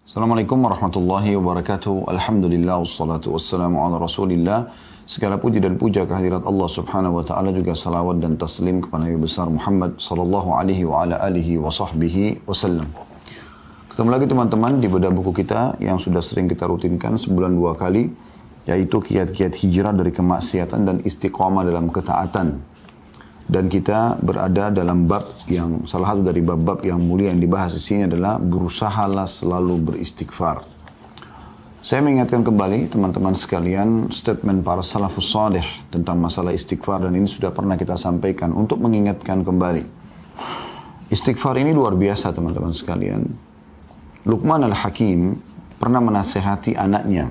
Assalamualaikum warahmatullahi wabarakatuh. Alhamdulillah wassalatu wassalamu ala rasulillah. Segala puji dan puja kehadirat Allah subhanahu wa ta'ala, juga salawat dan taslim kepada Nabi besar Muhammad sallallahu alaihi wa ala alihi wa sahbihi wasallam. Ketemu lagi teman-teman di bedah buku kita yang sudah sering kita rutinkan sebulan 2 kali, yaitu kiat-kiat hijrah dari kemaksiatan dan istiqamah dalam ketaatan. Dan kita berada dalam bab yang, salah satu dari bab-bab yang mulia yang dibahas di sini adalah berusahalah selalu beristighfar. Saya mengingatkan kembali teman-teman sekalian statement para salafus salih tentang masalah istighfar, dan ini sudah pernah kita sampaikan untuk mengingatkan kembali. Istighfar ini luar biasa teman-teman sekalian. Luqman Al-Hakim pernah menasehati anaknya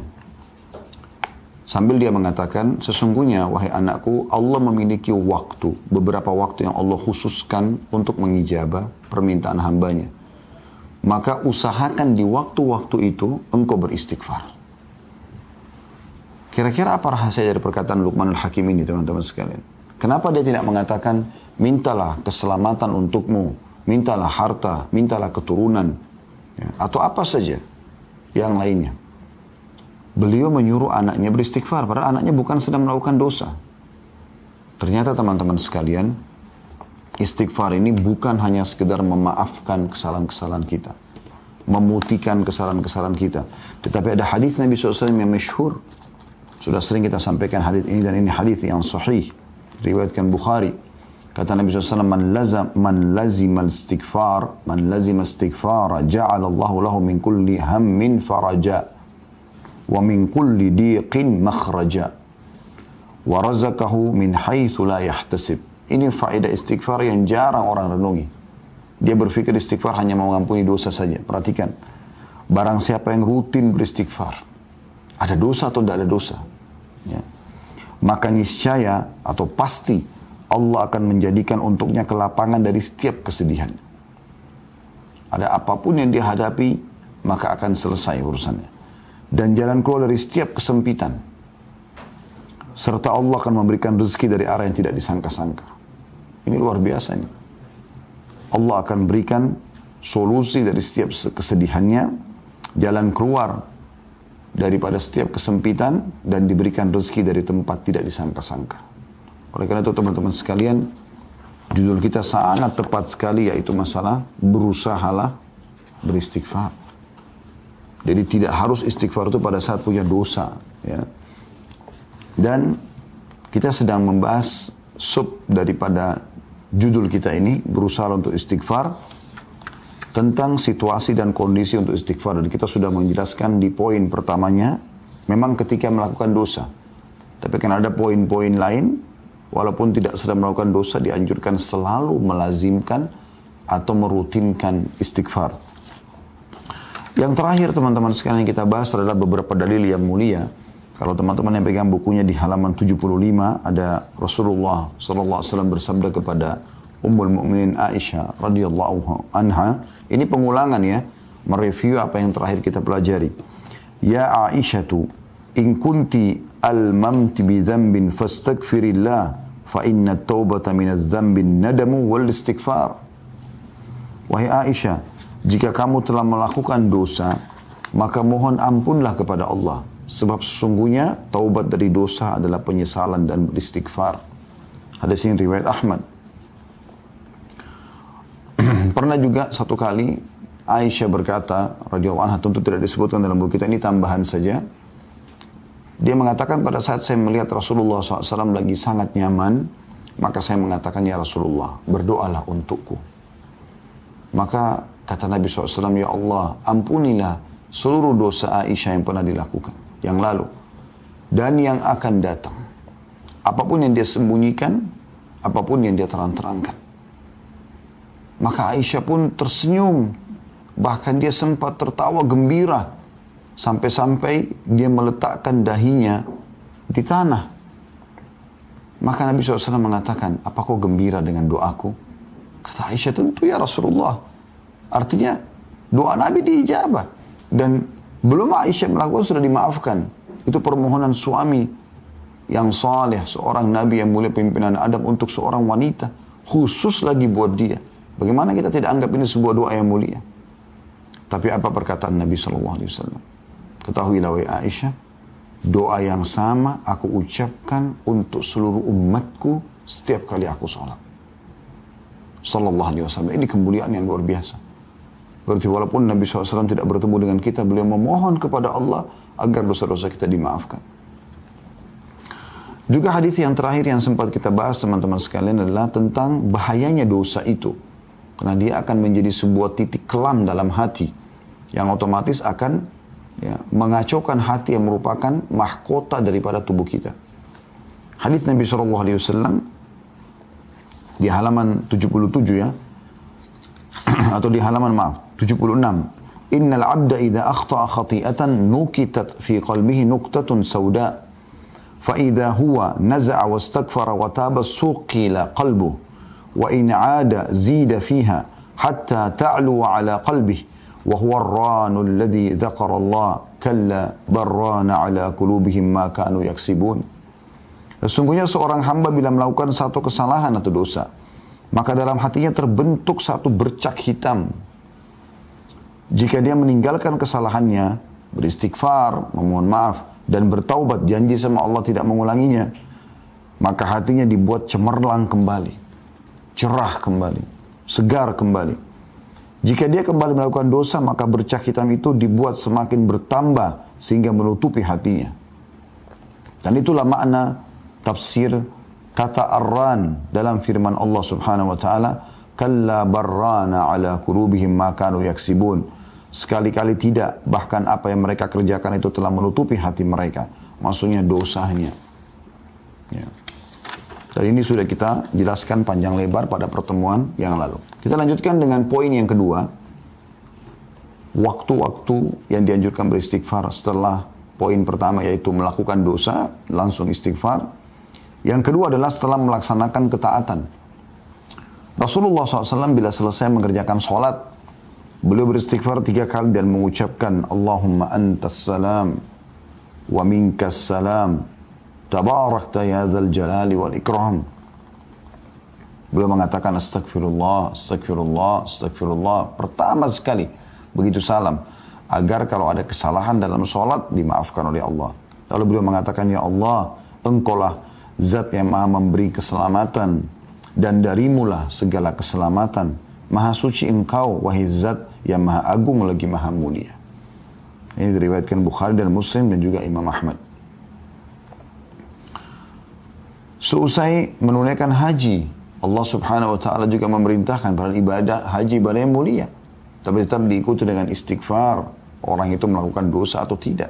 sambil dia mengatakan, sesungguhnya wahai anakku, Allah memiliki waktu, beberapa waktu yang Allah khususkan untuk mengijabah permintaan hambanya. Maka usahakan di waktu-waktu itu engkau beristighfar. Kira-kira apa rahasia dari perkataan Luqman Al-Hakim ini teman-teman sekalian? Kenapa dia tidak mengatakan, mintalah keselamatan untukmu, mintalah harta, mintalah keturunan, ya, atau apa saja yang lainnya? Beliau menyuruh anaknya beristighfar, padahal anaknya bukan sedang melakukan dosa. Ternyata teman-teman sekalian, istighfar ini bukan hanya sekedar memaafkan kesalahan-kesalahan kita, memutihkan kesalahan-kesalahan kita. Tetapi ada hadis Nabi SAW yang masyhur. Sudah sering kita sampaikan hadis ini, dan ini hadis yang sahih, riwayatkan Bukhari. Kata Nabi SAW, man lazima istighfar, ja'alallahu lahu min kulli hammin faraja. Wa min kulli diqin makhraja wa razaqahu min haitsu la yahtasib. Ini faedah istighfar yang jarang orang renungi. Dia berpikir istighfar hanya mengampuni dosa saja. Perhatikan, barang siapa yang rutin beristighfar, ada dosa atau tidak ada dosa, ya, maka niscaya atau pasti Allah akan menjadikan untuknya kelapangan dari setiap kesedihan. Ada apapun yang dia hadapi, maka akan selesai urusannya. Dan jalan keluar dari setiap kesempitan. Serta Allah akan memberikan rezeki dari arah yang tidak disangka-sangka. Ini luar biasa ini. Allah akan berikan solusi dari setiap kesedihannya, jalan keluar daripada setiap kesempitan, dan diberikan rezeki dari tempat tidak disangka-sangka. Oleh karena itu teman-teman sekalian, judul kita sangat tepat sekali, yaitu masalah berusahalah beristighfar. Jadi tidak harus istighfar itu pada saat punya dosa, ya. Dan kita sedang membahas sub daripada judul kita ini, berusaha untuk istighfar, tentang situasi dan kondisi untuk istighfar. Dan kita sudah menjelaskan di poin pertamanya, memang ketika melakukan dosa. Tapi kan ada poin-poin lain, walaupun tidak sedang melakukan dosa, dianjurkan selalu melazimkan atau merutinkan istighfar. Yang terakhir teman-teman sekalian yang kita bahas adalah beberapa dalil yang mulia. Kalau teman-teman yang pegang bukunya di halaman 75, ada Rasulullah SAW bersabda kepada Ummul Mukminin Aisyah radhiyallahu anha. Ini pengulangan ya, mereview apa yang terakhir kita pelajari. Ya Aisyatu, in kunti almamti bi dzambin fastaghfirillah, fa inna at-taubata min adz-dzambi nadamu wal istighfar. Wahai Aisyah, jika kamu telah melakukan dosa, maka mohon ampunlah kepada Allah. Sebab sesungguhnya taubat dari dosa adalah penyesalan dan beristighfar. Hadis ini riwayat Ahmad. Pernah juga satu kali Aisyah berkata, radhiyallahu anha, tentu tidak disebutkan dalam buku kita, ini tambahan saja. Dia mengatakan, pada saat saya melihat Rasulullah SAW lagi sangat nyaman, maka saya mengatakan, ya Rasulullah, berdoalah untukku. Maka kata Nabi SAW, ya Allah, ampunilah seluruh dosa Aisyah yang pernah dilakukan, yang lalu, dan yang akan datang. Apapun yang dia sembunyikan, apapun yang dia terang-terangkan. Maka Aisyah pun tersenyum, bahkan dia sempat tertawa gembira, sampai-sampai dia meletakkan dahinya di tanah. Maka Nabi SAW mengatakan, apa kau gembira dengan doaku? Kata Aisyah, tentu ya Rasulullah. Artinya doa Nabi diijabah. Dan belum Aisyah melakukan sudah dimaafkan. Itu permohonan suami yang saleh, seorang Nabi yang mulia, pimpinan Adam untuk seorang wanita. Khusus lagi buat dia. Bagaimana kita tidak anggap ini sebuah doa yang mulia? Tapi apa perkataan Nabi SAW? Ketahuilah wahai Aisyah, doa yang sama aku ucapkan untuk seluruh umatku setiap kali aku sholat. Sallallahu alaihi wasallam. Ini kemuliaan yang luar biasa. Berarti walaupun Nabi SAW tidak bertemu dengan kita, beliau memohon kepada Allah agar dosa-dosa kita dimaafkan. Juga hadis yang terakhir yang sempat kita bahas teman-teman sekalian adalah tentang bahayanya dosa itu. Karena dia akan menjadi sebuah titik kelam dalam hati yang otomatis akan mengacaukan hati yang merupakan mahkota daripada tubuh kita. Hadis Nabi SAW di halaman 77 ya, atau di halaman 76. Innal abda idza akhta'a khati'atan nukitat fi qalbihi nuqtatun sauda. Fa idza huwa naza'a wastaghfara wa taba suqila qalbuhu wa in 'ada zida fiha hatta ta'lu 'ala qalbihi wa huwa ar-ranu alladhi dzakara Allah kalla barrana 'ala qulubihim ma kanu yaksibun. Sesungguhnya seorang hamba bila melakukan satu kesalahan atau dosa, maka dalam hatinya terbentuk satu bercak hitam. Jika dia meninggalkan kesalahannya, beristighfar, memohon maaf, dan bertaubat, janji sama Allah tidak mengulanginya, maka hatinya dibuat cemerlang kembali, cerah kembali, segar kembali. Jika dia kembali melakukan dosa, maka bercak hitam itu dibuat semakin bertambah sehingga menutupi hatinya. Dan itulah makna tafsir kata arran dalam firman Allah Subhanahu wa taala, kalla barrana ala qulubihim ma kanu yaksibun. Sekali-kali tidak, bahkan apa yang mereka kerjakan itu telah menutupi hati mereka. Maksudnya dosanya. Ya. Dan ini sudah kita jelaskan panjang lebar pada pertemuan yang lalu. Kita lanjutkan dengan poin yang kedua. Waktu-waktu yang dianjurkan beristighfar setelah poin pertama, yaitu melakukan dosa, langsung istighfar. Yang kedua adalah setelah melaksanakan ketaatan. Rasulullah SAW bila selesai mengerjakan sholat, beliau beristighfar 3 kali dan mengucapkan, Allahumma antas salam wa minkas salam tabarakta ya dzal jalali wal ikram. Beliau mengatakan astagfirullah, astagfirullah, astagfirullah pertama sekali begitu salam, agar kalau ada kesalahan dalam sholat dimaafkan oleh Allah. Lalu beliau mengatakan, ya Allah, engkaulah Zat yang maha memberi keselamatan, dan darimulah segala keselamatan. Maha suci engkau, wahai Zat yang maha agung lagi maha mulia. Ini diriwayatkan Bukhari dan Muslim dan juga Imam Ahmad. Seusai menunaikan haji, Allah Subhanahu wa taala juga memerintahkan pada ibadah haji, ibadah yang mulia, tapi tetap diikuti dengan istighfar orang itu melakukan dosa atau tidak.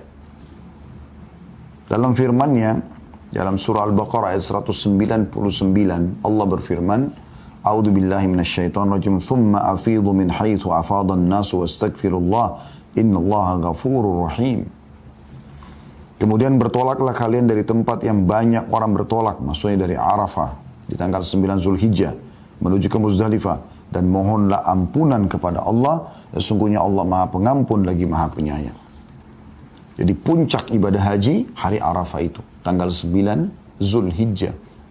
Dalam firman-Nya dalam surah Al-Baqarah ayat 199, Allah berfirman, A'udzu billahi minasyaitonir rajim, "Tsumma afidhu min haitsu afadha an-nasu wastaghfirullah, innallaha ghafurur rahim." Kemudian bertolaklah kalian dari tempat yang banyak orang bertolak, maksudnya dari Arafah di tanggal 9 Zulhijjah menuju ke Muzdalifah, dan mohonlah ampunan kepada Allah, sesungguhnya Allah Maha Pengampun lagi Maha Penyayang. Jadi puncak ibadah haji hari Arafah itu, tanggal 9 Zulhijjah.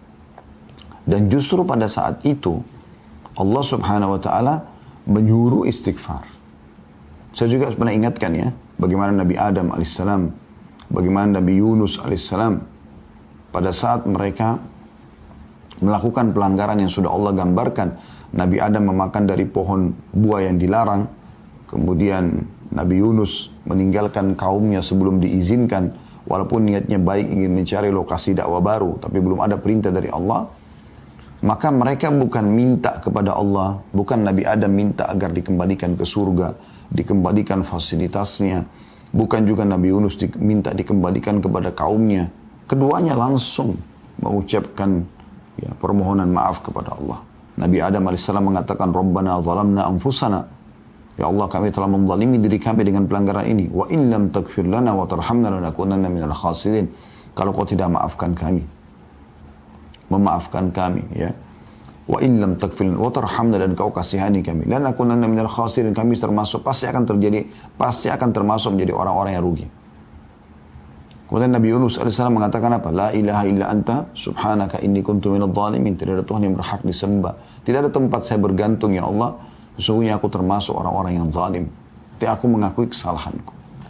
Dan justru pada saat itu Allah Subhanahu wa taala menyuruh istighfar. Saya juga pernah ingatkan ya, bagaimana Nabi Adam alaihissalam, bagaimana Nabi Yunus alaihissalam pada saat mereka melakukan pelanggaran yang sudah Allah gambarkan. Nabi Adam memakan dari pohon buah yang dilarang, kemudian Nabi Yunus meninggalkan kaumnya sebelum diizinkan, walaupun niatnya baik ingin mencari lokasi dakwah baru, tapi belum ada perintah dari Allah. Maka mereka bukan minta kepada Allah, bukan Nabi Adam minta agar dikembalikan ke surga, dikembalikan fasilitasnya, bukan juga Nabi Yunus minta dikembalikan kepada kaumnya. Keduanya langsung mengucapkan permohonan maaf kepada Allah. Nabi Adam AS mengatakan, Rabbana zalamna anfusana, ya Allah, kami telah menzalimi diri kami dengan pelanggaran ini. Wa in lam taghfir lana wa tarhamna lanakunanna minal khasirin. Kalau kau tidak maafkan kami, memaafkan kami, ya. Wa in lam taghfir lana wa tarhamna, dan kau kasihani kami, lanakunanna minal khasirin, kami pasti akan termasuk menjadi orang-orang yang rugi. Kemudian Nabi Yunus AS mengatakan apa? La ilaha illa anta subhanaka inni kuntu minadh dhalimin. Tidak ada Tuhan yang berhak disembah, tidak ada tempat saya bergantung, ya Allah, sesungguhnya aku termasuk orang-orang yang zalim. Tapi aku mengakui kesalahanku.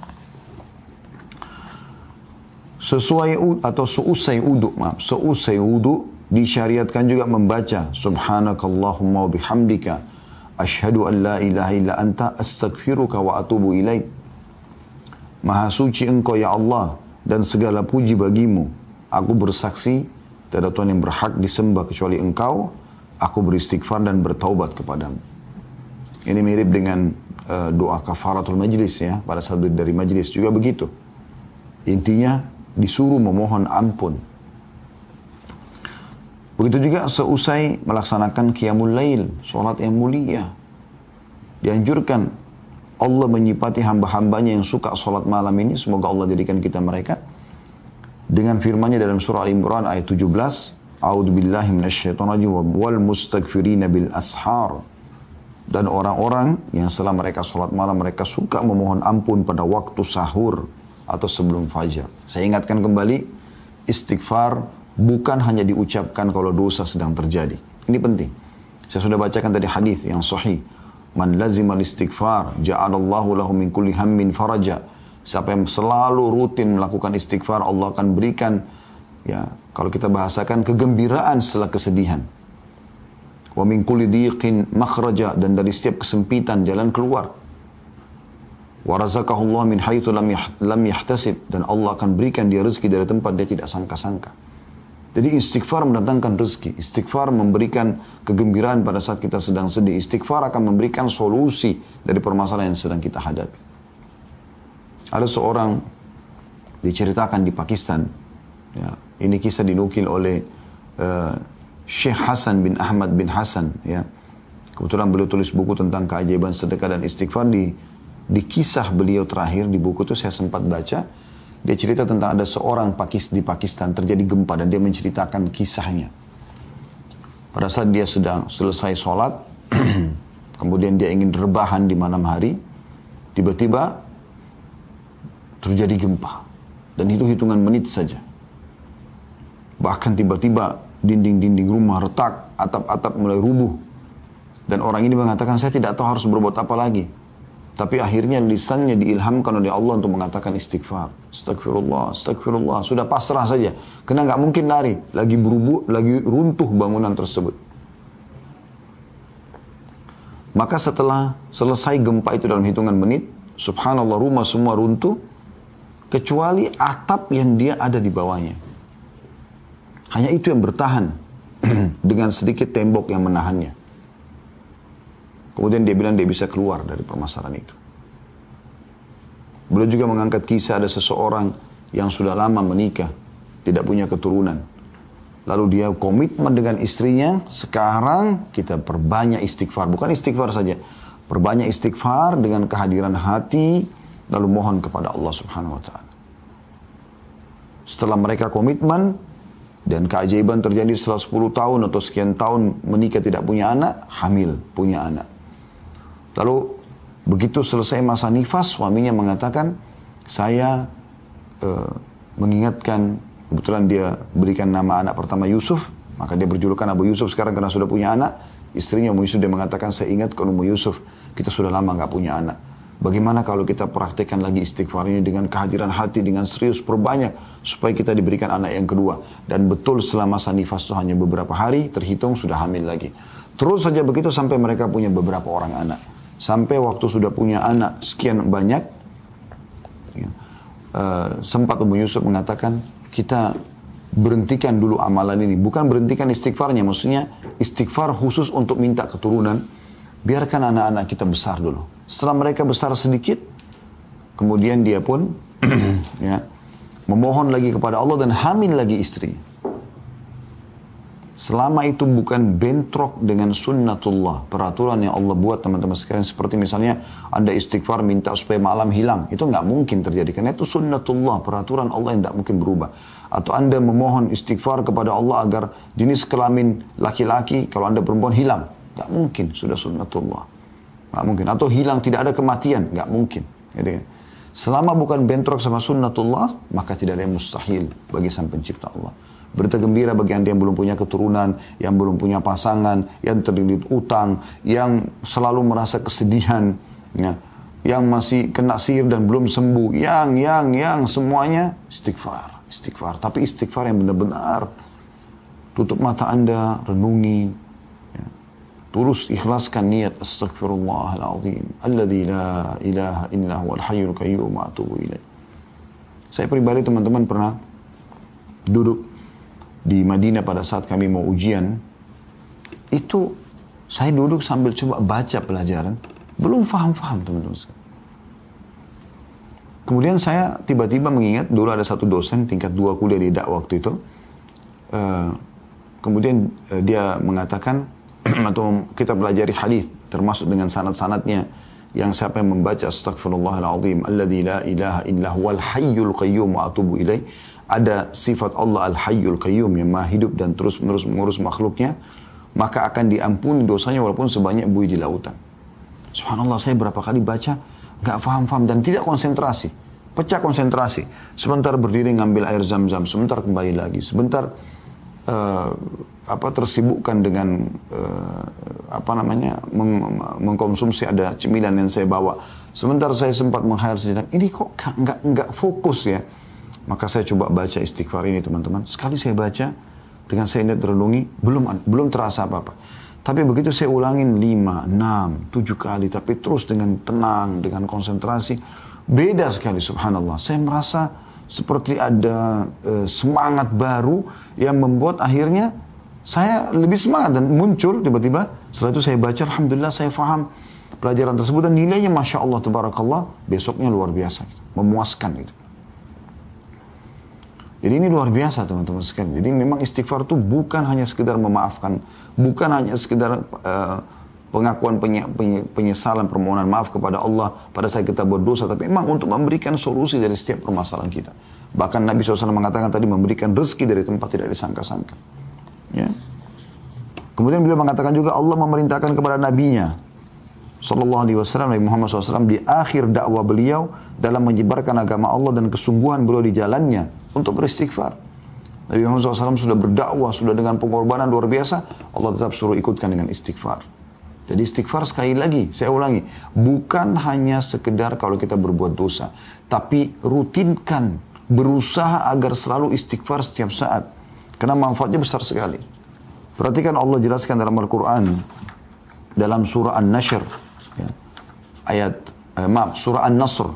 Seusai wudu disyariatkan juga membaca subhanakallahumma wa bihamdika asyhadu an la ilaha illa anta astaghfiruka wa atubu ilaik. Maha suci engkau ya Allah dan segala puji bagimu. Aku bersaksi tiada Tuhan yang berhak disembah kecuali engkau. Aku beristighfar dan bertaubat kepadamu. Ini mirip dengan doa kafaratul majlis ya. Pada saat dari majlis juga begitu. Intinya disuruh memohon ampun. Begitu juga seusai melaksanakan qiyamul lail, sholat yang mulia. Dianjurkan Allah menyifati hamba-hambanya yang suka sholat malam ini. Semoga Allah jadikan kita mereka. Dengan firman-Nya dalam surah Al-Imran ayat 17. A'udzu billahi minasyaitonir rajim wal mustaghfirina bil ashar. Dan orang-orang yang setelah mereka sholat malam, mereka suka memohon ampun pada waktu sahur atau sebelum fajar. Saya ingatkan kembali, istighfar bukan hanya diucapkan kalau dosa sedang terjadi. Ini penting. Saya sudah bacakan tadi hadis yang sahih. Man lazimal istighfar, ja'alallahu lahu min kulli hammin faraja. Siapa yang selalu rutin melakukan istighfar, Allah akan berikan, ya, kalau kita bahasakan, kegembiraan setelah kesedihan. Wa min kulli diqin makhraja, dan dari setiap kesempitan jalan keluar. Wa razaqahullah min haitsu lam yahtasib, dan Allah akan berikan dia rezeki dari tempat dia tidak sangka-sangka. Jadi istighfar mendatangkan rezeki. Istighfar memberikan kegembiraan pada saat kita sedang sedih. Istighfar akan memberikan solusi dari permasalahan yang sedang kita hadapi. Ada seorang diceritakan di Pakistan. Ya, ini kisah dinukil oleh Syekh Hasan bin Ahmad bin Hasan. Ya. Kebetulan beliau tulis buku tentang keajaiban sedekah dan istighfar. Di kisah beliau terakhir di buku itu saya sempat baca. Dia cerita tentang ada seorang di Pakistan terjadi gempa dan dia menceritakan kisahnya. Pada saat dia sedang selesai sholat, kemudian dia ingin rebahan di malam hari, tiba-tiba terjadi gempa. Dan itu hitungan menit saja. Bahkan tiba-tiba dinding-dinding rumah retak, atap-atap mulai rubuh. Dan orang ini mengatakan, saya tidak tahu harus berbuat apa lagi. Tapi akhirnya lisannya diilhamkan oleh Allah untuk mengatakan istighfar. Astagfirullah, astagfirullah. Sudah pasrah saja. Karena nggak mungkin lari. Lagi berubuh, lagi runtuh bangunan tersebut. Maka setelah selesai gempa itu dalam hitungan menit, subhanallah, rumah semua runtuh. Kecuali atap yang dia ada di bawahnya. Hanya itu yang bertahan. Dengan sedikit tembok yang menahannya. Kemudian dia bilang dia bisa keluar dari permasalahan itu. Beliau juga mengangkat kisah ada seseorang yang sudah lama menikah, tidak punya keturunan. Lalu dia komitmen dengan istrinya, sekarang kita perbanyak istighfar. Bukan istighfar saja, perbanyak istighfar dengan kehadiran hati, lalu mohon kepada Allah Subhanahu wa Ta'ala. Setelah mereka komitmen, dan keajaiban terjadi setelah 10 tahun atau sekian tahun menikah tidak punya anak, hamil, punya anak. Lalu begitu selesai masa nifas, suaminya mengatakan, saya mengingatkan, kebetulan dia berikan nama anak pertama Yusuf, maka dia berjulukan Abu Yusuf sekarang karena sudah punya anak. Istrinya Ummu Yusuf, dia mengatakan, saya ingatkan Ummu Yusuf, kita sudah lama nggak punya anak. Bagaimana kalau kita praktekkan lagi istighfar ini dengan kehadiran hati, dengan serius, perbanyak, supaya kita diberikan anak yang kedua. Dan betul setelah masa nifas itu hanya beberapa hari, terhitung sudah hamil lagi. Terus saja begitu sampai mereka punya beberapa orang anak. Sampai waktu sudah punya anak sekian banyak, sempat Ummu Yusuf mengatakan, kita berhentikan dulu amalan ini. Bukan berhentikan istighfarnya, maksudnya istighfar khusus untuk minta keturunan. Biarkan anak-anak kita besar dulu. Setelah mereka besar sedikit, kemudian dia pun ya, memohon lagi kepada Allah dan hamil lagi istri. Selama itu bukan bentrok dengan sunnatullah, peraturan yang Allah buat teman-teman sekalian, seperti misalnya Anda istighfar minta supaya malam hilang, itu nggak mungkin terjadi karena itu sunnatullah, peraturan Allah yang tidak mungkin berubah. Atau Anda memohon istighfar kepada Allah agar jenis kelamin laki-laki kalau Anda perempuan hilang, nggak mungkin, sudah sunnatullah, nggak mungkin. Atau hilang tidak ada kematian, nggak mungkin. Gitu kan? Selama bukan bentrok sama sunnatullah, maka tidak ada yang mustahil bagi Sang Pencipta Allah. Berita gembira bagi Anda yang belum punya keturunan, yang belum punya pasangan, yang terlilit utang, yang selalu merasa kesedihan, ya, yang masih kena sihir dan belum sembuh, yang semuanya istighfar. Tapi istighfar yang benar-benar tutup mata Anda, renungi, ya. Terus ikhlaskan niat astaghfirullahaladzim, alladzi la ilaha illa huwal hayyul qayyum wa atubu ilaih. Saya pribadi teman-teman pernah duduk di Madinah pada saat kami mau ujian, itu saya duduk sambil coba baca pelajaran, belum faham-faham teman-teman. Kemudian saya tiba-tiba mengingat dulu ada satu dosen tingkat 2 kuliah di dakwah waktu itu. Kemudian dia mengatakan atau kita pelajari hadis termasuk dengan sanad-sanadnya, yang siapa yang membaca astaghfirullahaladzim alladzi la ilaha illa huwal hayyul qayyum wa atubu ilaih, ada sifat Allah al-hayyul qayyum yang maha hidup dan terus-menerus mengurus makhluknya, maka akan diampuni dosanya walaupun sebanyak buih di lautan. Subhanallah, saya berapa kali baca gak faham-faham dan tidak konsentrasi, pecah konsentrasi. Sebentar berdiri ngambil air zam-zam, sebentar kembali lagi, sebentar tersibukkan dengan mengkonsumsi ada cemilan yang saya bawa. Sebentar saya sempat menghayal sejenak, ini kok nggak fokus ya. Maka saya coba baca istighfar ini teman-teman. Sekali saya baca, dengan saya niat renungi, belum terasa apa-apa. Tapi begitu saya ulangin 5, 6, 7 kali, tapi terus dengan tenang, dengan konsentrasi, beda sekali subhanallah. Saya merasa seperti ada semangat baru yang membuat akhirnya saya lebih semangat dan muncul tiba-tiba. Setelah itu saya baca, alhamdulillah saya faham pelajaran tersebut dan nilainya masya Allah tabarakallah, besoknya luar biasa, memuaskan gitu. Jadi ini luar biasa teman-teman sekalian. Jadi memang istighfar itu bukan hanya sekedar memaafkan, bukan hanya sekedar pengakuan penyesalan, permohonan maaf kepada Allah pada saat kita berdosa, tapi memang untuk memberikan solusi dari setiap permasalahan kita. Bahkan Nabi SAW mengatakan tadi, memberikan rezeki dari tempat tidak disangka-sangka. Ya. Kemudian beliau mengatakan juga Allah memerintahkan kepada nabinya sallallahu alaihi wasallam, Nabi Muhammad SAW, di akhir dakwah beliau dalam menyebarkan agama Allah dan kesungguhan beliau di jalannya untuk beristighfar. Nabi Muhammad SAW sudah berdakwah, sudah dengan pengorbanan luar biasa, Allah tetap suruh ikutkan dengan istighfar. Jadi istighfar sekali lagi, saya ulangi, bukan hanya sekedar kalau kita berbuat dosa, tapi rutinkan, berusaha agar selalu istighfar setiap saat. Karena manfaatnya besar sekali. Perhatikan Allah jelaskan dalam Al-Quran, dalam surah An-Nashr, ya, surah An-Nasr,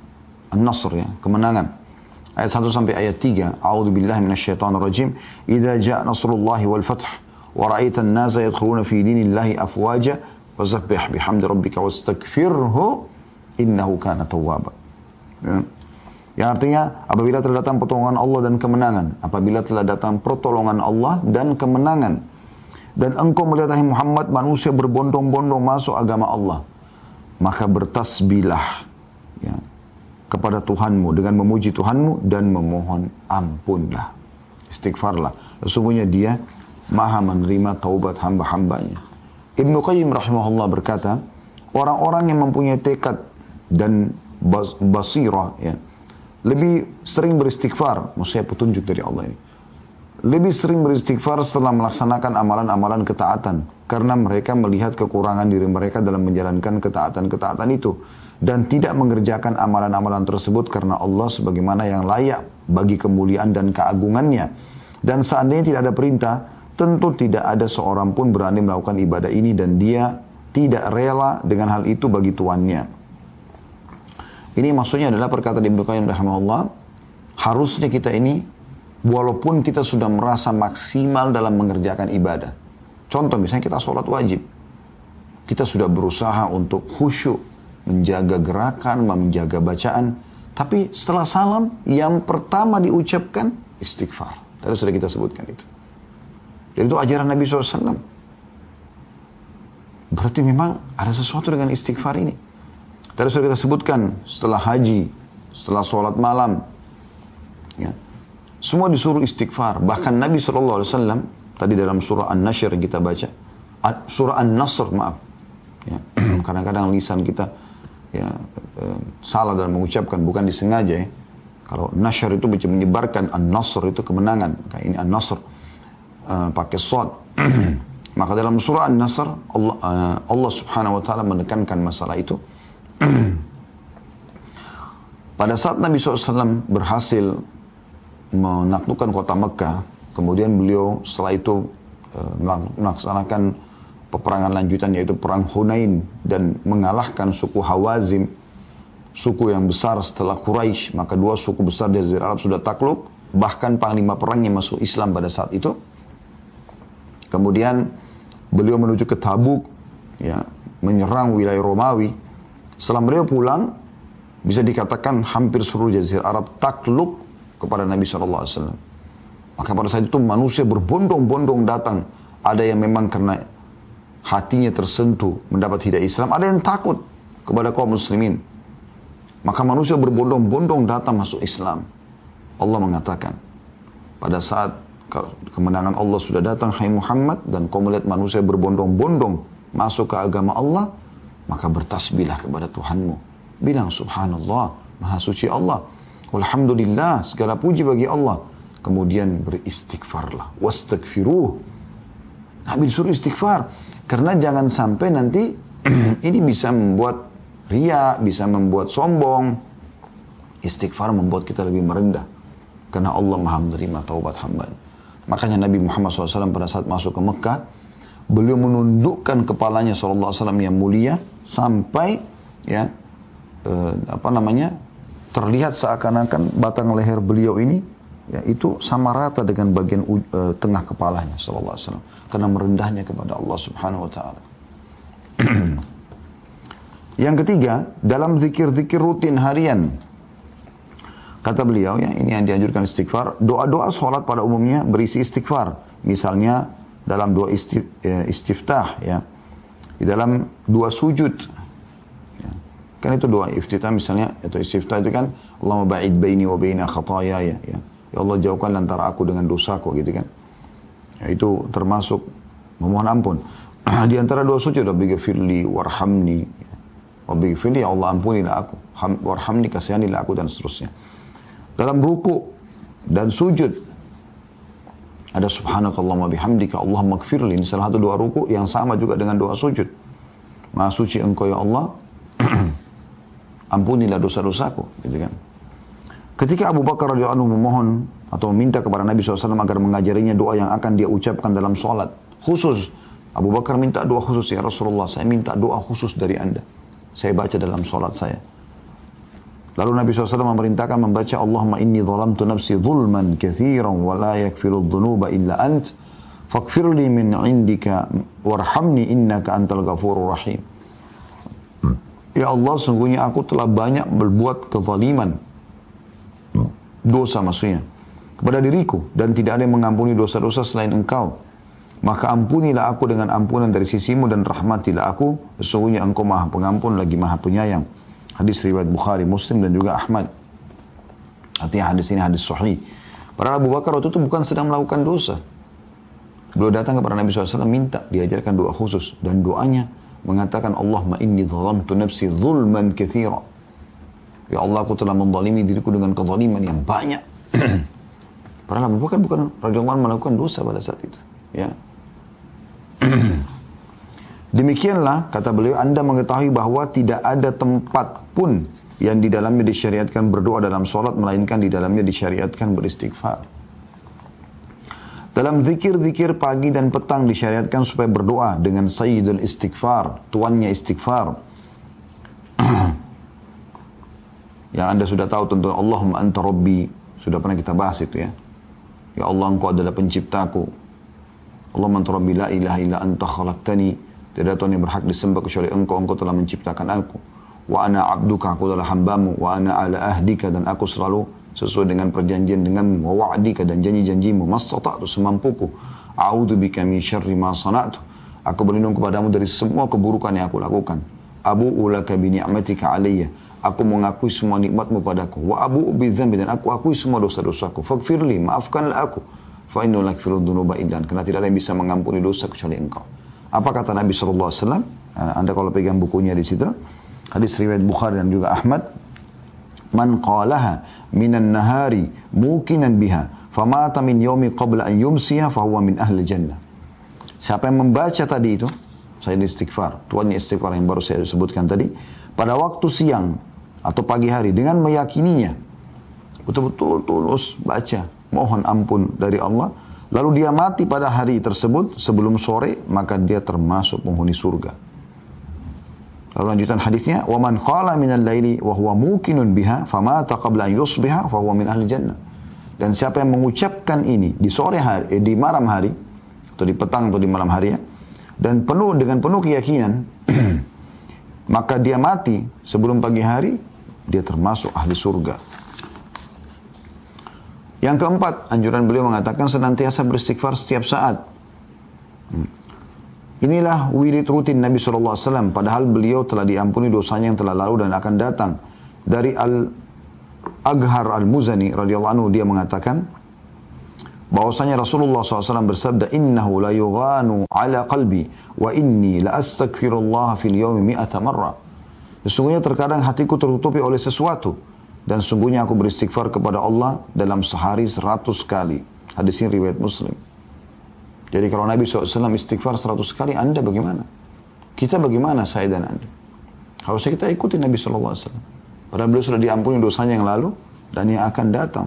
ya, kemenangan. Ayat 1 sampai ayat 3. A'udzubillahi minasyaitonirrajim. Idza jaa nasrullahi wal fath wa ra'aita an-nasa yadkhuluna fi dinillahi afwaja fasabbih bihamdi rabbika wastaghfirhu innahu kana tawwaba. Ya. Yang artinya apabila telah datang pertolongan Allah dan kemenangan, apabila telah datang pertolongan Allah dan kemenangan, dan engkau melihat hai Muhammad manusia berbondong-bondong masuk agama Allah, maka bertasbihlah ya, kepada Tuhanmu dengan memuji Tuhanmu dan memohon ampunlah, istighfarlah, sesungguhnya Dia Maha menerima taubat hamba-hambanya. Ibnu Qayyim rahimahullah berkata, orang-orang yang mempunyai tekad dan basirah ya, lebih sering beristighfar, maksudnya petunjuk dari Allah ini, lebih sering beristighfar setelah melaksanakan amalan-amalan ketaatan, karena mereka melihat kekurangan diri mereka dalam menjalankan ketaatan-ketaatan itu, dan tidak mengerjakan amalan-amalan tersebut karena Allah sebagaimana yang layak bagi kemuliaan dan keagungannya. Dan seandainya tidak ada perintah, tentu tidak ada seorang pun berani melakukan ibadah ini, dan dia tidak rela dengan hal itu bagi tuannya. Ini maksudnya adalah perkataan Ibnu Qayyim rahimahullah, harusnya kita ini walaupun kita sudah merasa maksimal dalam mengerjakan ibadah. Contoh misalnya kita sholat wajib, kita sudah berusaha untuk khusyuk, menjaga gerakan, menjaga bacaan, tapi setelah salam yang pertama diucapkan istighfar. Tadi sudah kita sebutkan itu. Jadi itu ajaran Nabi SAW. Berarti memang ada sesuatu dengan istighfar ini. Tadi sudah kita sebutkan, setelah haji, setelah sholat malam, ya, semua disuruh istighfar. Bahkan Nabi SAW, tadi dalam surah An-Nashr kita baca, surah An-Nasr, maaf. Ya, kadang-kadang lisan kita ya, salah dalam mengucapkan, bukan disengaja ya. Kalau Nashr itu menyebarkan, An-Nasr itu kemenangan. Kayak ini An-Nasr, pakai shad. Maka dalam surah An-Nasr, Allah subhanahu wa ta'ala menekankan masalah itu. Pada saat Nabi SAW berhasil menaklukkan kota Mekah, kemudian beliau setelah itu melaksanakan peperangan lanjutan yaitu perang Hunain dan mengalahkan suku Hawazim, suku yang besar setelah Quraisy. Maka dua suku besar di Jazirah Arab sudah takluk, bahkan panglima perangnya masuk Islam pada saat itu. Kemudian beliau menuju ke Tabuk, ya, menyerang wilayah Romawi. Setelah beliau pulang, bisa dikatakan hampir seluruh Jazirah Arab takluk kepada Nabi SAW. Maka pada saat itu manusia berbondong-bondong datang. Ada yang memang karena hatinya tersentuh mendapat hidayah Islam, ada yang takut kepada kaum muslimin. Maka manusia berbondong-bondong datang masuk Islam. Allah mengatakan, pada saat kemenangan Allah sudah datang, hai Muhammad, dan kau melihat manusia berbondong-bondong masuk ke agama Allah, maka bertasbihlah kepada Tuhanmu. Bilang subhanallah, maha suci Allah. Alhamdulillah, segala puji bagi Allah. Kemudian beristighfarlah. Wastaghfiruh. Nabi disuruh istighfar. Karena jangan sampai nanti ini bisa membuat riya, bisa membuat sombong. Istighfar membuat kita lebih merendah. Karena Allah maha menerima taubat hamba. Makanya Nabi Muhammad SAW pada saat masuk ke Mekah, beliau menundukkan kepalanya SAW yang mulia sampai ya terlihat seakan-akan batang leher beliau ini ya itu sama rata dengan bagian tengah kepalanya sallallahu alaihi wasallam karena merendahnya kepada Allah Subhanahu wa taala. Yang ketiga, dalam zikir-zikir rutin harian, kata beliau, ya, ini yang dianjurkan istighfar. Doa-doa sholat pada umumnya berisi istighfar. Misalnya dalam doa istiftah, ya, di dalam doa sujud. Ya. Kan itu doa iftitah misalnya, atau istiftah itu kan, Allahumma ba'id baini wa baina khatayaya. Ya. Ya Allah, jauhkan antara aku dengan dosaku, gitu kan. Ya, itu termasuk memohon ampun. Di antara doa sujud, Rabbighfirli warhamni. Rabbighfirli, ya Allah ampunilah aku. Warhamni, kasihanilah aku, dan seterusnya. Dalam ruku dan sujud ada subhanakallahumma bihamdika Allahumma gfirli. Ini salah satu doa ruku yang sama juga dengan doa sujud. Maha suci engkau ya Allah, ampunilah dosa-dosaku, gitu kan. Ketika Abu Bakar radhiyallahu anhu memohon atau meminta kepada Nabi SAW agar mengajarinya doa yang akan dia ucapkan dalam sholat khusus, Abu Bakar minta doa khusus, ya Rasulullah, saya minta doa khusus dari Anda, saya baca dalam sholat saya. Lalu Nabi SAW memerintahkan membaca Allahumma inni zalamtu nafsi zulman kathiran wa la yakfiru dhunuba illa ant faghfirli min indika warhamni innaka antal ghafurur rahim. Ya Allah, sungguhnya aku telah banyak berbuat kezaliman, dosa maksudnya, kepada diriku, dan tidak ada yang mengampuni dosa-dosa selain engkau. Maka ampunilah aku dengan ampunan dari sisimu dan rahmatilah aku, sesungguhnya engkau maha pengampun lagi maha penyayang. Hadis riwayat Bukhari, Muslim, dan juga Ahmad. Artinya hadis ini hadis sahih. Padahal Abu Bakar waktu itu bukan sedang melakukan dosa. Beliau datang kepada Nabi SAW minta diajarkan doa khusus. Dan doanya mengatakan, Allahumma inni zalamtu nafsi zulman kathira. Ya Allah, aku telah menzalimi diriku dengan kezaliman yang banyak. Padahal Abu Bakar bukan radhiyallahu anhu melakukan dosa pada saat itu. Ya. Demikianlah, kata beliau, Anda mengetahui bahwa tidak ada tempat pun yang di dalamnya disyariatkan berdoa dalam sholat, melainkan di dalamnya disyariatkan beristighfar. Dalam zikir-zikir pagi dan petang disyariatkan supaya berdoa dengan sayyidul istighfar, tuannya istighfar. Yang Anda sudah tahu tentu, Allahumma anta rabbi, sudah pernah kita bahas itu ya. Ya Allah, engkau adalah penciptaku. Allahumma anta rabbi la ilaha illa anta khalaqtani. Tidak ada Tuhan yang berhak disembah kecuali engkau telah menciptakan aku. Wa ana abduka, aku adalah hambamu. Wa ana ala ahdika, dan aku selalu sesuai dengan perjanjian denganmu. Wa wa'dika, dan janji-janjimu. Mastata'tu, semampuku. A'udhu bika min syarri ma sana'tu. Aku berlindung kepadamu dari semua keburukan yang aku lakukan. Abu'u laka bi ni'matika alayya. Aku mengakui semua nikmatmu padaku. Wa abu'u bi dzambi, dan aku akui semua dosa-dosaku. Faghfirli, maafkanlah aku. Fa innahu la yaghfiru dzunuba illa anta, karena tidak ada yang bisa mengampuni dosa kecuali engkau. Apa kata Nabi SAW? Anda kalau pegang bukunya di situ, hadis riwayat Bukhari dan juga Ahmad, man qalaha minan nahari mukinan biha famata min yaumi qabla an yumsiha fahuwa min ahli jannah. Siapa yang membaca tadi itu, saya istighfar, tuannya istighfar yang baru saya sebutkan tadi, pada waktu siang atau pagi hari dengan meyakininya, betul-betul tulus baca, mohon ampun dari Allah, lalu dia mati pada hari tersebut sebelum sore, maka dia termasuk penghuni surga. Lalu lanjutan hadisnya, wa man qala minal laili wa huwa muqinun biha famata qabla an yusbiha fa huwa min ahli jannah. Dan siapa yang mengucapkan ini di sore hari, di malam hari atau di petang atau di malam hari ya, dan dengan penuh keyakinan maka dia mati sebelum pagi hari, dia termasuk ahli surga. Yang keempat, anjuran beliau mengatakan senantiasa beristighfar setiap saat. Inilah wirid rutin Nabi SAW, padahal beliau telah diampuni dosanya yang telah lalu dan akan datang. Dari Al-Aghar Al-Muzani radhiyallahu anhu, dia mengatakan bahwasanya Rasulullah SAW bersabda, innahu la yughanu ala qalbi wa inni la astaghfirullah fil yawmi mi'ata marrah. Sesungguhnya terkadang hatiku tertutupi oleh sesuatu, dan sungguhnya aku beristighfar kepada Allah dalam sehari 100 kali. Hadis ini riwayat Muslim. Jadi kalau Nabi SAW istighfar 100 kali, Anda bagaimana? Kita bagaimana, saya dan Anda? Harusnya kita ikuti Nabi SAW. Padahal beliau sudah diampuni dosanya yang lalu dan yang akan datang.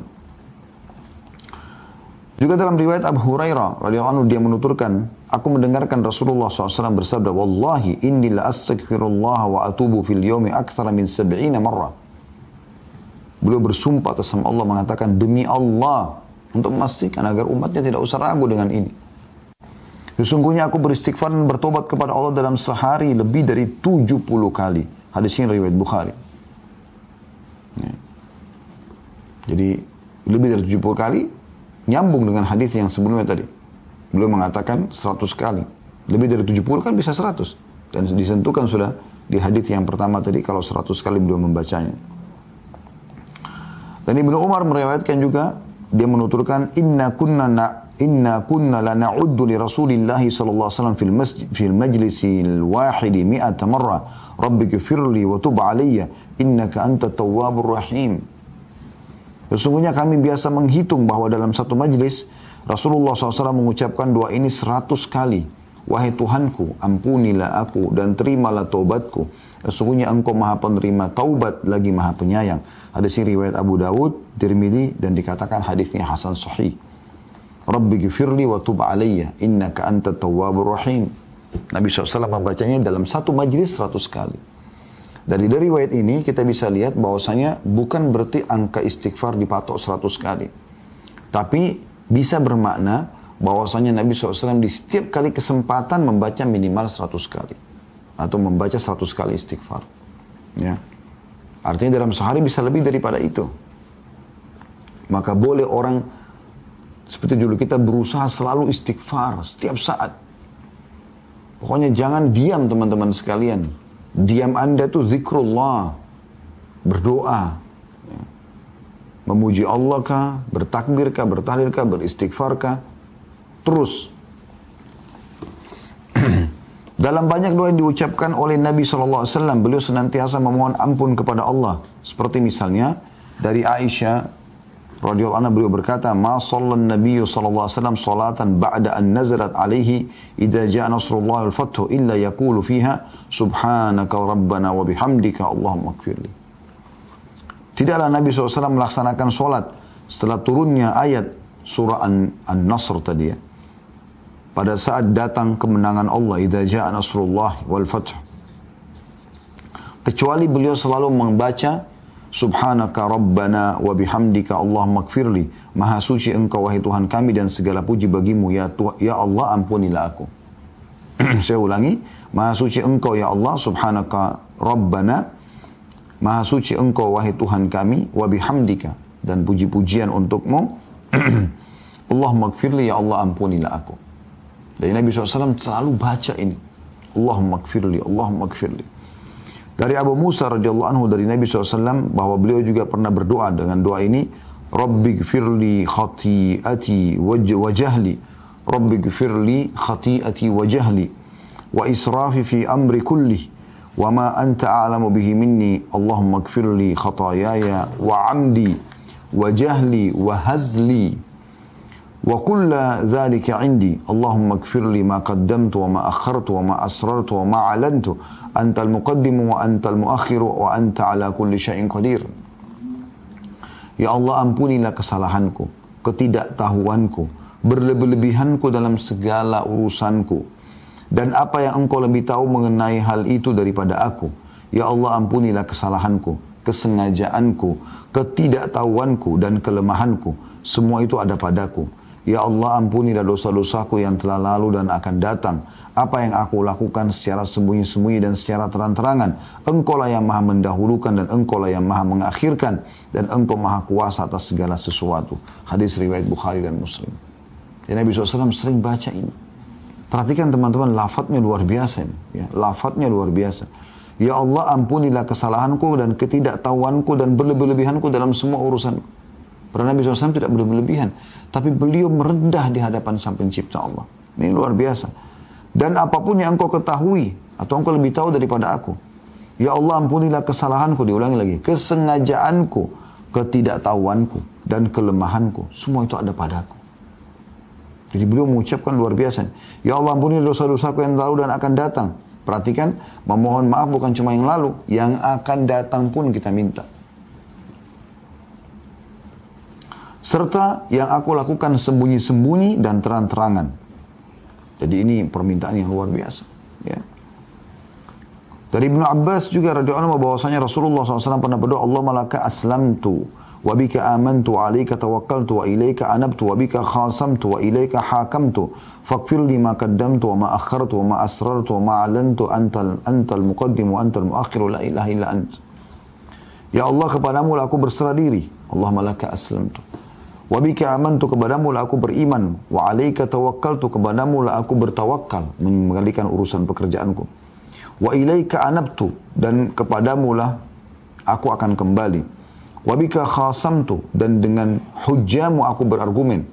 Juga dalam riwayat Abu Hurairah radhiyallahu anhu, dia menuturkan, aku mendengarkan Rasulullah SAW bersabda, wallahi inni la astaghfirullah wa atubu fil yawmi akthara min 70 marrah. Beliau bersumpah atas nama Allah mengatakan, demi Allah, untuk memastikan agar umatnya tidak usah ragu dengan ini. Sesungguhnya aku beristighfar dan bertobat kepada Allah dalam sehari lebih dari 70 kali. Hadis ini riwayat Bukhari. Ya. Jadi lebih dari 70 kali nyambung dengan hadis yang sebelumnya tadi. Beliau mengatakan 100 kali. Lebih dari 70 kan bisa 100. Dan disentuhkan sudah di hadis yang pertama tadi kalau 100 kali beliau membacanya. Dan Ibnu Umar meriwayatkan juga, dia menuturkan, inna kunna la na'uddu li Rasulillahi sallallahu alaihi wasallam fil majlisil wahidi mi'ata marra rabbighfirli wa tub alayya innaka antat tawwabur rahim. Sesungguhnya kami biasa menghitung bahwa dalam satu majlis Rasulullah SAW mengucapkan doa ini 100 kali. Wahai Tuhanku, ampunilah aku dan terimalah taubatku. Sesungguhnya engkau maha penerima taubat lagi maha penyayang. Hadis ini riwayat Abu Dawud, Tirmidzi, dan dikatakan hadisnya hasan sahih. Rabbi gifirli wa tub alayya innaka antat tawwabur rahim. Nabi SAW membacanya dalam satu majlis 100 kali. Dari riwayat ini kita bisa lihat bahwasanya bukan berarti angka istighfar dipatok 100 kali. Tapi bisa bermakna bahwasanya Nabi SAW di setiap kali kesempatan membaca minimal 100 kali. Atau membaca 100 kali istighfar. Ya. Artinya dalam sehari bisa lebih daripada itu. Maka boleh orang seperti dulu kita berusaha selalu istighfar setiap saat. Pokoknya jangan diam teman-teman sekalian. Diam Anda itu zikrullah, berdoa, ya. Memuji Allah kah, bertakbir kah, bertahlil kah, beristighfar kah, terus. Dalam banyak doa yang diucapkan oleh Nabi SAW, beliau senantiasa memohon ampun kepada Allah. Seperti misalnya dari Aisyah radhiyallahu anha, beliau berkata, "Ma sallan Nabi sallallahu alaihi wasallam salatan ba'da an nazalat alaihi idza jaa nasrullah wal fathu illa yaqulu fiha subhanaka rabbana wa bihamdika Allahumma ighfirli." Tidaklah Nabi SAW melaksanakan solat setelah turunnya ayat surah An-Nasr tadi ya. Pada saat datang kemenangan Allah, idza jaa nasrullah wal fath, kecuali beliau selalu membaca subhanaka rabbana wa bihamdika Allahumma ighfirli. Maha suci engkau wahai Tuhan kami dan segala puji bagimu ya Allah, ampunilah aku. Saya ulangi, maha suci engkau ya Allah, subhanaka rabbana, maha suci engkau wahai Tuhan kami, wa bihamdika, dan puji-pujian untukmu. Allahumma ighfirli, ya Allah ampunilah aku. Dari Nabi SAW selalu baca ini, Allahumma ighfirli, Allahumma ighfirli. Dari Abu Musa radhiyallahu anhu dari Nabi SAW bahwa beliau juga pernah berdoa dengan doa ini, Rabbi gfirli khati'ati wa jahli, Rabbi gfirli khati'ati wa jahli, wa israfi fi amri kulli, wa ma anta a'lamu bihi minni, Allahumma gfirli khatayaya wa amdi wa jahli wa hazli, Wa kulla dzalika indi. Allahumma ighfir li ma qaddamtu wa ma akhartu wa ma asrartu wa ma alantu. Antal muqaddimu wa antal muakhiru wa anta ala kulli syai'in qadir. Ya Allah, ampunilah kesalahanku, ketidaktahuanku, berlebih-lebihanku dalam segala urusanku. Dan apa yang engkau lebih tahu mengenai hal itu daripada aku. Ya Allah, ampunilah kesalahanku, kesengajaanku, ketidaktahuanku dan kelemahanku. Semua itu ada padaku. Ya Allah, ampunilah dosa-dosaku yang telah lalu dan akan datang. Apa yang aku lakukan secara sembunyi-sembunyi dan secara terang-terangan. Engkau lah yang maha mendahulukan dan engkau lah yang maha mengakhirkan. Dan engkau maha kuasa atas segala sesuatu. Hadis riwayat Bukhari dan Muslim. Dan Nabi SAW sering baca ini. Perhatikan teman-teman, lafadznya luar biasa. Ya, lafadznya luar biasa. Ya Allah, ampunilah kesalahanku dan ketidaktahuanku dan berlebih-lebihanku dalam semua urusanku. Karena Nabi SAW tidak berlebihan. Tapi beliau merendah di hadapan sang pencipta Allah. Ini luar biasa. Dan apapun yang engkau ketahui, atau engkau lebih tahu daripada aku. Ya Allah, ampunilah kesalahanku, diulangi lagi. Kesengajaanku, ketidaktahuanku, dan kelemahanku. Semua itu ada padaku. Jadi beliau mengucapkan luar biasa. Ya Allah, ampunilah dosa-dosaku yang lalu dan akan datang. Perhatikan, memohon maaf bukan cuma yang lalu. Yang akan datang pun kita minta. Serta yang aku lakukan sembunyi-sembunyi dan terang-terangan. Jadi ini permintaan yang luar biasa. Ya. Dari Ibnu Abbas juga radhiyallahu anhu bahwasanya Rasulullah SAW pernah berdoa, Allahumma laka aslamtu wa bika amantu wa alaika tawakkaltu wa ilaika anabtu wa bika khasamtu wa ilaika hakamtu faghfir li ma qaddamtu wa ma akhartu wa ma asrartu wa ma alantu antal muqaddim wa antal muakhir la ilaha illa ant. Ya Allah, kepadamu lah aku berserah diri. Allahumma laka aslamtu. Wa bika amantu, kepadamu lah aku beriman. Wa alaika tawakkaltu, kepadamu lah aku bertawakal, mengendalikan urusan pekerjaanku. Wa ilaika anabtu, dan kepadamu lah aku akan kembali. Wa bika khasamtu, dan dengan hujjamu aku berargumen.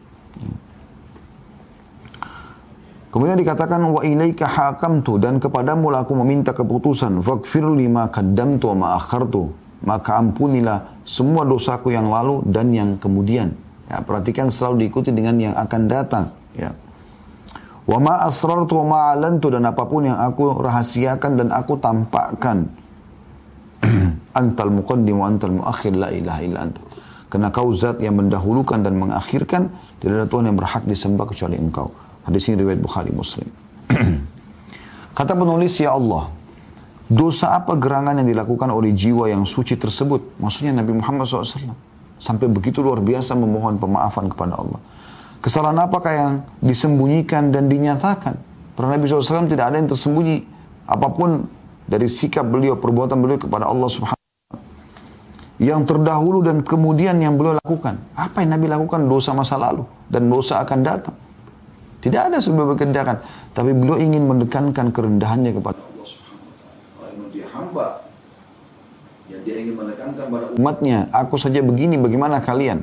Kemudian dikatakan wa ilaika hakamtu, dan kepadamu lah aku meminta keputusan. Faghfir lima qaddamtu wa ma akhartu, maka ampunilah semua dosaku yang lalu dan yang kemudian. Ya, perhatikan selalu diikuti dengan yang akan datang. Ya. Wa ma asrartu wa ma alantu, dan apapun yang aku rahasiakan dan aku tampakkan. Antal muqaddim wa antal muakhir la ilaha illa anta. Karena kau zat yang mendahulukan dan mengakhirkan, tidak ada Tuhan yang berhak disembah kecuali engkau. Hadis ini riwayat Bukhari Muslim. Kata penulis, ya Allah, dosa apa gerangan yang dilakukan oleh jiwa yang suci tersebut? Maksudnya Nabi Muhammad SAW. Sampai begitu luar biasa memohon pemaafan kepada Allah. Kesalahan apakah yang disembunyikan dan dinyatakan? Karena Nabi SAW tidak ada yang tersembunyi. Apapun dari sikap beliau, perbuatan beliau kepada Allah Subhanahu wa Ta'ala. Yang terdahulu dan kemudian yang beliau lakukan. Apa yang Nabi lakukan? Dosa masa lalu dan dosa akan datang. Tidak ada sebab kehendakan. Tapi beliau ingin mendekankan kerendahannya kepada Allah Subhanahu wa Ta'ala. Kalau dia hamba yang dia ingin menekankan pada umatnya, aku saja begini, bagaimana kalian?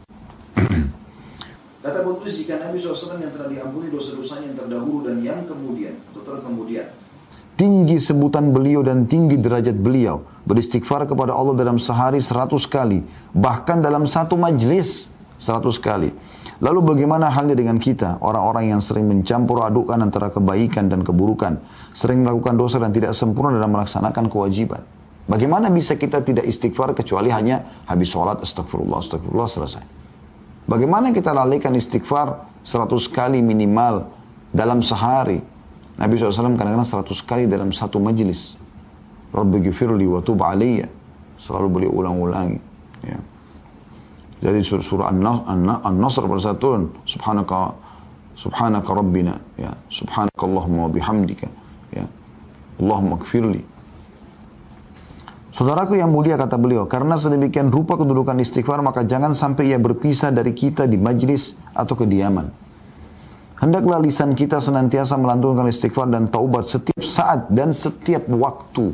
Kata penulis, jika Nabi SAW yang telah diampuni dosa-dosanya yang terdahulu dan yang kemudian atau terkemudian, tinggi sebutan beliau dan tinggi derajat beliau, beristighfar kepada Allah dalam sehari 100 kali, bahkan dalam satu majlis 100 kali. Lalu bagaimana halnya dengan kita, orang-orang yang sering mencampur adukkan antara kebaikan dan keburukan, sering melakukan dosa dan tidak sempurna dalam melaksanakan kewajiban? Bagaimana bisa kita tidak istighfar kecuali hanya habis sholat, astagfirullah, astagfirullah, selesai. Bagaimana kita lalaikan istighfar 100 kali minimal dalam sehari? Nabi SAW kadang-kadang 100 kali dalam satu majlis. Rabbi ghifirli wa tub aliyya. Selalu beliau ulang-ulangi. Ya. Jadi surah An-Nasr pada saat turun, Subhanaka Rabbina, ya. Subhanaka Allahumma wa bihamdika, ya. Allahumma ghfirli. Saudaraku yang mulia, kata beliau, karena sedemikian rupa kedudukan istighfar, maka jangan sampai ia berpisah dari kita di majlis atau kediaman. Hendaklah lisan kita senantiasa melantunkan istighfar dan taubat setiap saat dan setiap waktu.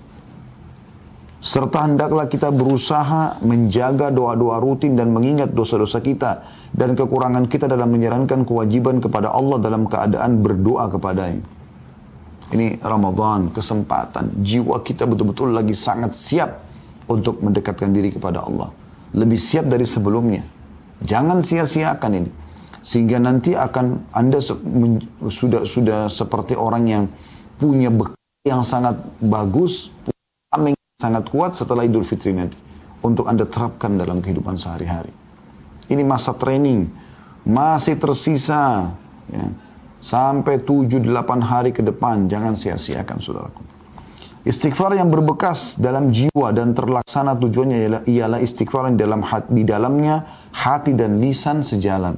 Serta hendaklah kita berusaha menjaga doa-doa rutin dan mengingat dosa-dosa kita dan kekurangan kita dalam menjalankan kewajiban kepada Allah dalam keadaan berdoa kepadanya. Ini Ramadan, kesempatan. Jiwa kita betul-betul lagi sangat siap untuk mendekatkan diri kepada Allah. Lebih siap dari sebelumnya. Jangan sia-siakan ini. Sehingga nanti akan Anda sudah seperti orang yang punya bekal yang sangat bagus, punya yang sangat kuat setelah Idul Fitri nanti. Untuk Anda terapkan dalam kehidupan sehari-hari. Ini masa training. Masih tersisa ya, sampai 7-8 hari ke depan. Jangan sia-siakan saudaraku. Istighfar yang berbekas dalam jiwa dan terlaksana tujuannya ialah istighfar yang di dalamnya hati dan lisan sejalan.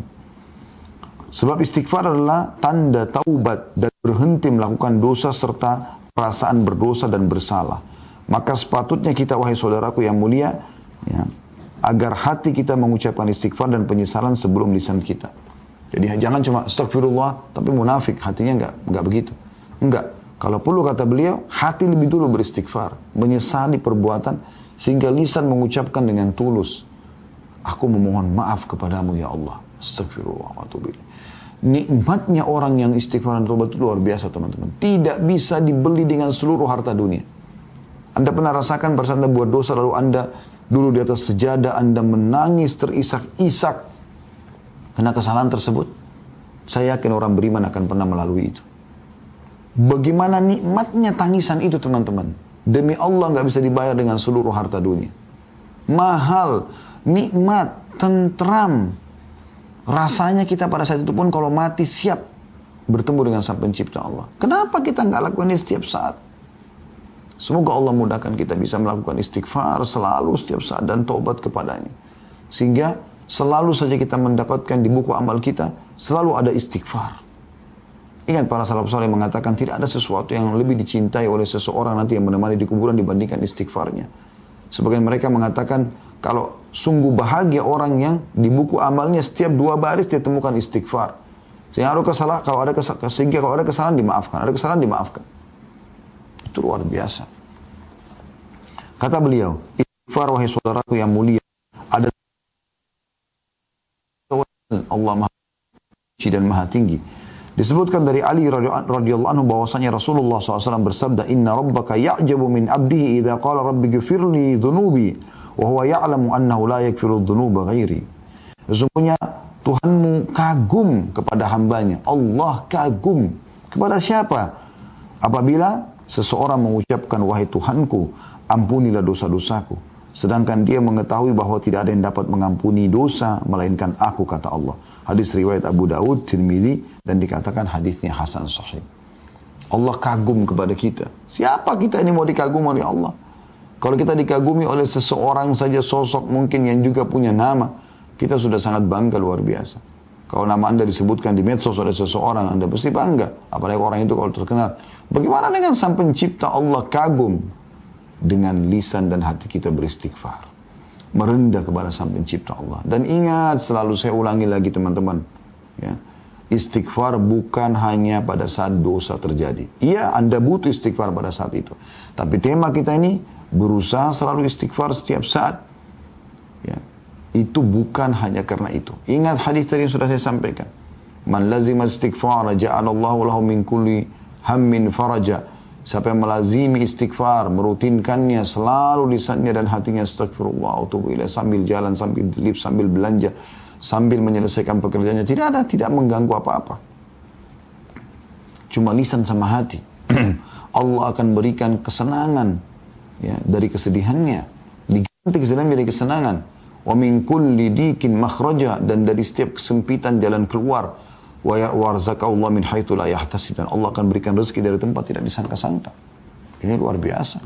Sebab istighfar adalah tanda taubat dan berhenti melakukan dosa serta perasaan berdosa dan bersalah. Maka sepatutnya kita, wahai saudaraku yang mulia, ya, agar hati kita mengucapkan istighfar dan penyesalan sebelum lisan kita. Jadi jangan cuma astagfirullah tapi munafik, hatinya enggak begitu. Enggak. Kalau perlu kata beliau, hati lebih dulu beristighfar, menyesali perbuatan sehingga lisan mengucapkan dengan tulus, aku memohon maaf kepadamu ya Allah. Astagfirullah wa atubu ilaih. Nikmatnya orang yang istighfar dan tobat itu luar biasa teman-teman. Tidak bisa dibeli dengan seluruh harta dunia. Anda pernah rasakan pada saat Anda buat dosa lalu Anda dulu di atas sejadah Anda menangis terisak-isak karena kesalahan tersebut? Saya yakin orang beriman akan pernah melalui itu. Bagaimana nikmatnya tangisan itu teman-teman. Demi Allah nggak bisa dibayar dengan seluruh harta dunia. Mahal, nikmat, tentram. Rasanya kita pada saat itu pun kalau mati siap bertemu dengan Sang Pencipta Allah. Kenapa kita nggak lakukan ini setiap saat? Semoga Allah mudahkan kita bisa melakukan istighfar selalu setiap saat dan taubat kepadanya. Sehingga selalu saja kita mendapatkan di buku amal kita, selalu ada istighfar. Ingat para salaf saleh mengatakan tidak ada sesuatu yang lebih dicintai oleh seseorang nanti yang menemani di kuburan dibandingkan istighfarnya. Sebagian mereka mengatakan kalau sungguh bahagia orang yang di buku amalnya setiap 2 baris dia temukan istighfar. Sehingga kalau ada kesalahan dimaafkan, ada kesalahan dimaafkan. Itu luar biasa. Kata beliau, istighfar wahai saudaraku yang mulia adalah Allah Maha Suci dan Maha Tinggi. Disebutkan dari Ali radhiyallahu anhu bahwasanya Rasulullah SAW bersabda, Inna rabbaka ya'jabu min abdihi idha qala rabbi ghfirli dhunubi wa huwa ya'lamu annahu la yakfiru dhunuba ghairi. Sesungguhnya Tuhanmu kagum kepada hambanya. Allah kagum kepada siapa? Apabila seseorang mengucapkan, wahai Tuhanku, ampunilah dosa-dosaku. Sedangkan dia mengetahui bahwa tidak ada yang dapat mengampuni dosa melainkan aku, kata Allah. Hadis riwayat Abu Daud, Tirmidzi, dan dikatakan hadisnya hasan sahih. Allah kagum kepada kita. Siapa kita ini mau dikagumi oleh Allah? Kalau kita dikagumi oleh seseorang saja sosok mungkin yang juga punya nama, kita sudah sangat bangga luar biasa. Kalau nama Anda disebutkan di medsos oleh seseorang, Anda pasti bangga. Apalagi orang itu kalau terkenal. Bagaimana dengan Sang Pencipta Allah kagum? Dengan lisan dan hati kita beristighfar. Merendah kepada Sang Pencipta Allah. Dan ingat, selalu saya ulangi lagi teman-teman. Ya, istighfar bukan hanya pada saat dosa terjadi. Iya, Anda butuh istighfar pada saat itu. Tapi tema kita ini, berusaha selalu istighfar setiap saat. Ya, itu bukan hanya karena itu. Ingat hadis tadi yang sudah saya sampaikan. Man lazima istighfar, ja'alallahu lahu min kulli hammin faraja. Siapa yang melazimi istighfar, merutinkannya selalu lisannya dan hatinya astagfirullah, atubu ilaih, sambil jalan, sambil lip, sambil belanja, sambil menyelesaikan pekerjaannya, tidak mengganggu apa-apa. Cuma lisan sama hati. Allah akan berikan kesenangan ya, dari kesedihannya, diganti kesedihan menjadi kesenangan. Wa min kulli dikin makhraja, dan dari setiap kesempitan jalan keluar. Wa warzaqallahu min haitsu la yahtasib, dan Allah akan berikan rezeki dari tempat tidak disangka-sangka. Ini luar biasa.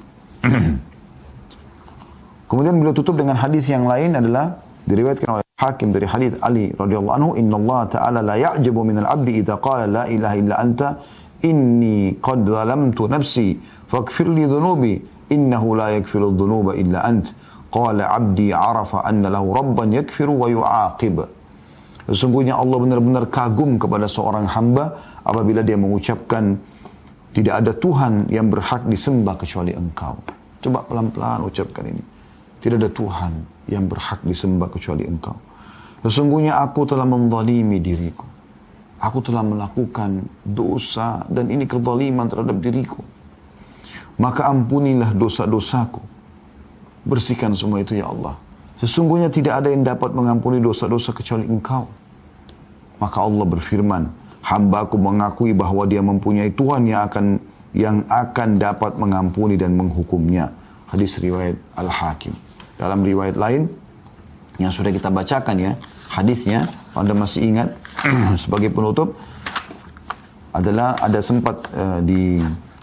Kemudian beliau tutup dengan hadis yang lain adalah diriwayatkan oleh Hakim dari hadis Ali radhiyallahu anhu, innallaha ta'ala la ya'jabu minal 'abdi idza qala la ilaha illa anta inni qad zalamtu nafsi faghfir li dhunubi innahu la yaghfiru dhunuba illa ant. Qala 'abdi 'arafa anna lahu rabban yaghfiru wa yu'aqib. Sesungguhnya Allah benar-benar kagum kepada seorang hamba apabila dia mengucapkan tidak ada Tuhan yang berhak disembah kecuali Engkau. Coba pelan-pelan ucapkan ini. Tidak ada Tuhan yang berhak disembah kecuali Engkau. Sesungguhnya aku telah menzalimi diriku. Aku telah melakukan dosa dan ini kezaliman terhadap diriku. Maka ampunilah dosa-dosaku. Bersihkan semua itu ya Allah. Sesungguhnya tidak ada yang dapat mengampuni dosa-dosa kecuali Engkau. Maka Allah berfirman, hambaku mengakui bahwa dia mempunyai Tuhan yang akan dapat mengampuni dan menghukumnya. Hadis riwayat Al-Hakim. Dalam riwayat lain yang sudah kita bacakan ya, hadisnya, Anda masih ingat, sebagai penutup adalah ada sempat di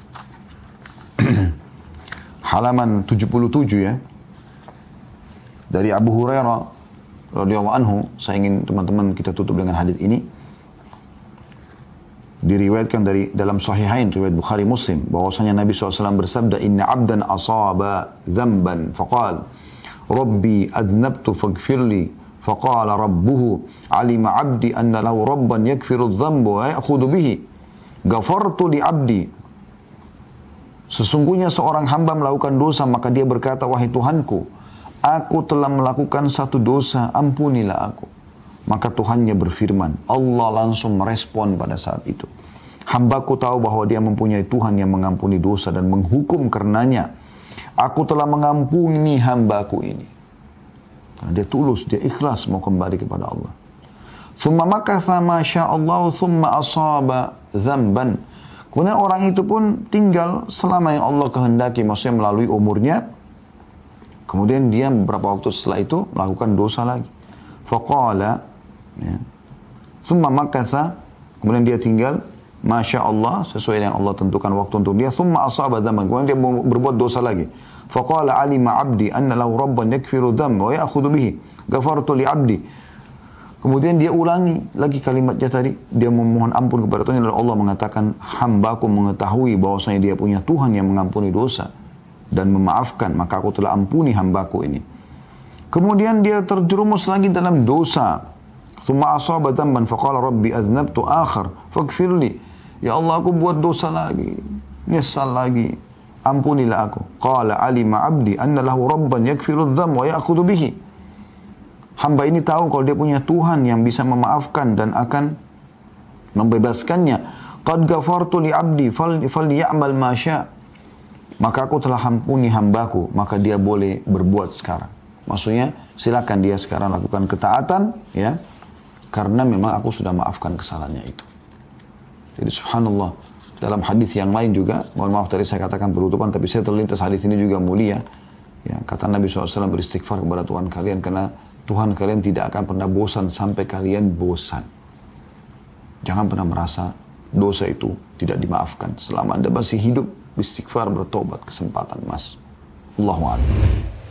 halaman 77 ya, dari Abu Hurairah radhiyallahu anhu. Saya ingin teman-teman kita tutup dengan hadis ini. Diriwayatkan dari dalam Sahihain riwayat Bukhari Muslim bahwasanya Nabi SAW bersabda, inna abdan asaba dzamban faqala rabbi adnabtu faghfirli faqala rabbuhu alima abdi anna lahu rabban yakfiru dzamba wa ya'khudhu bihi ghafartu li abdi. Sesungguhnya seorang hamba melakukan dosa, maka dia berkata, wahai Tuhanku, aku telah melakukan satu dosa, ampunilah aku. Maka Tuhannya berfirman, Allah langsung merespon pada saat itu, hambaku tahu bahwa dia mempunyai Tuhan yang mengampuni dosa dan menghukum karenanya. Aku telah mengampuni hambaku ini. Karena dia tulus, dia ikhlas mau kembali kepada Allah. Thumma makatha ma sya'allahu thumma asaba dzamban. Kemudian orang itu pun tinggal selama yang Allah kehendaki, maksudnya melalui umurnya. Kemudian dia beberapa waktu setelah itu melakukan dosa lagi. Faqala, ya, thumma makatha, kemudian dia tinggal, Masya Allah, sesuai yang Allah tentukan waktu untuk dia. Thumma asaba dzamban, kemudian dia berbuat dosa lagi. Faqala alima abdi anna lahu rabban yakfiru dzamba wa ya'khudhu bihi ghafartu li abdi. Kemudian dia ulangi lagi kalimatnya tadi. Dia memohon ampun kepada Tuhan. Dan Allah mengatakan, hambaku mengetahui bahwasanya dia punya Tuhan yang mengampuni dosa dan memaafkan. Maka aku telah ampuni hambaku ini. Kemudian dia terjerumus lagi dalam dosa. Thumma asaba dzamban faqala rabbi aznabtu akhar faghfirli. Ya Allah, aku buat dosa lagi. Nyesal lagi. Ampunilah aku. Qala alima abdi anna lahu rabban yakfiru dzamba wa ya'khudhu bihi. Hamba ini tahu kalau dia punya Tuhan yang bisa memaafkan dan akan membebaskannya. Qad ghafartu li abdi faly'amal ma syaa. Maka aku telah ampuni hambaku, maka dia boleh berbuat sekarang. Maksudnya silakan dia sekarang lakukan ketaatan ya. Karena memang aku sudah maafkan kesalahannya itu. Jadi subhanallah, dalam hadis yang lain juga, mohon maaf tadi saya katakan penutupan, tapi saya terlintas hadis ini juga mulia. Ya, kata Nabi SAW, beristighfar kepada Tuhan kalian, karena Tuhan kalian tidak akan pernah bosan sampai kalian bosan. Jangan pernah merasa dosa itu tidak dimaafkan. Selama Anda masih hidup, beristighfar, bertobat, kesempatan mas. Allahu a'lam.